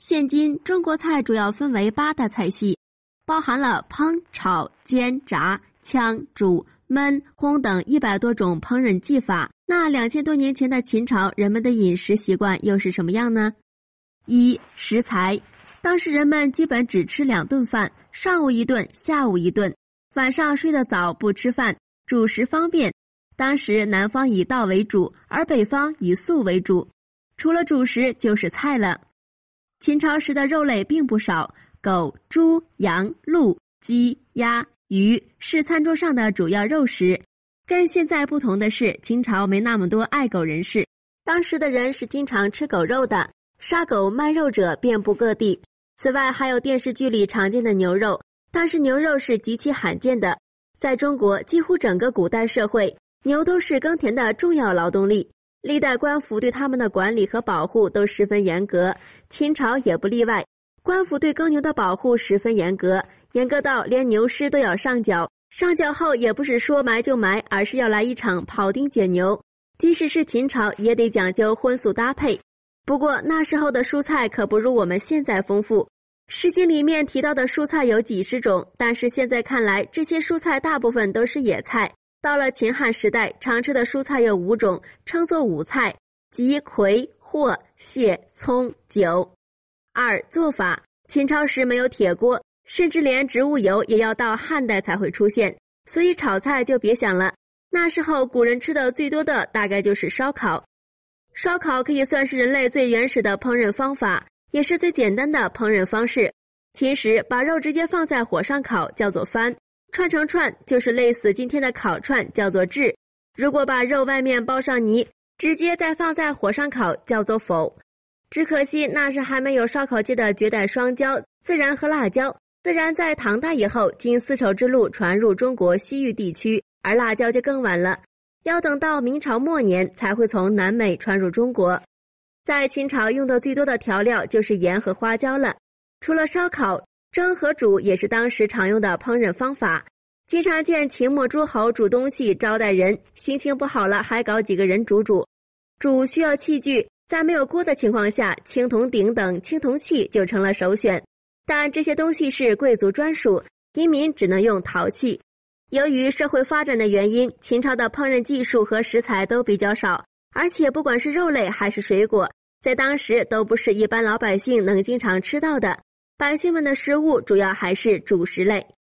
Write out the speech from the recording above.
现今中国菜主要分为8大菜系，包含了烹、炒、煎、炸、炝、煮、焖、烘等100多种烹饪技法。那2000多年前的秦朝，人们的饮食习惯又是什么样呢？一、食材。当时人们基本只吃2顿饭，上午一顿，下午一顿。晚上睡得早，不吃饭，主食方便。当时南方以稻为主，而北方以粟为主。除了主食就是菜了。秦朝时的肉类并不少，狗、猪、羊、鹿、鸡、鸭、鱼是餐桌上的主要肉食。跟现在不同的是，秦朝没那么多爱狗人士，当时的人是经常吃狗肉的，杀狗卖肉者遍布各地。此外还有电视剧里常见的牛肉，但是牛肉是极其罕见的。在中国，几乎整个古代社会，牛都是耕田的重要劳动力，历代官府对他们的管理和保护都十分严格，秦朝也不例外。官府对耕牛的保护十分严格，严格到连牛尸都要上缴，上缴后也不是说埋就埋，而是要来一场庖丁解牛。即使是秦朝，也得讲究荤素搭配。不过那时候的蔬菜可不如我们现在丰富，诗经里面提到的蔬菜有几十种，但是现在看来，这些蔬菜大部分都是野菜。到了秦汉时代，常吃的蔬菜有5种，称作5菜，即葵、藿、蟹、葱、韭。2、做法。秦朝时没有铁锅，甚至连植物油也要到汉代才会出现，所以炒菜就别想了。那时候古人吃的最多的大概就是烧烤。烧烤可以算是人类最原始的烹饪方法，也是最简单的烹饪方式。秦时把肉直接放在火上烤叫做翻，串成串就是类似今天的烤串叫做炙。如果把肉外面包上泥，直接再放在火上烤叫做否。只可惜那是还没有烧烤界的绝代双骄孜然和辣椒。孜然在唐代以后经丝绸之路传入中国西域地区，而辣椒就更晚了，要等到明朝末年才会从南美传入中国。在秦朝用的最多的调料就是盐和花椒了。除了烧烤，蒸和煮也是当时常用的烹饪方法。经常见秦末诸侯煮东西招待人，心情不好了还搞几个人煮。煮需要器具，在没有锅的情况下，青铜鼎等青铜器就成了首选。但这些东西是贵族专属，平民只能用陶器。由于社会发展的原因，秦朝的烹饪技术和食材都比较少，而且不管是肉类还是水果，在当时都不是一般老百姓能经常吃到的。百姓们的食物主要还是主食类。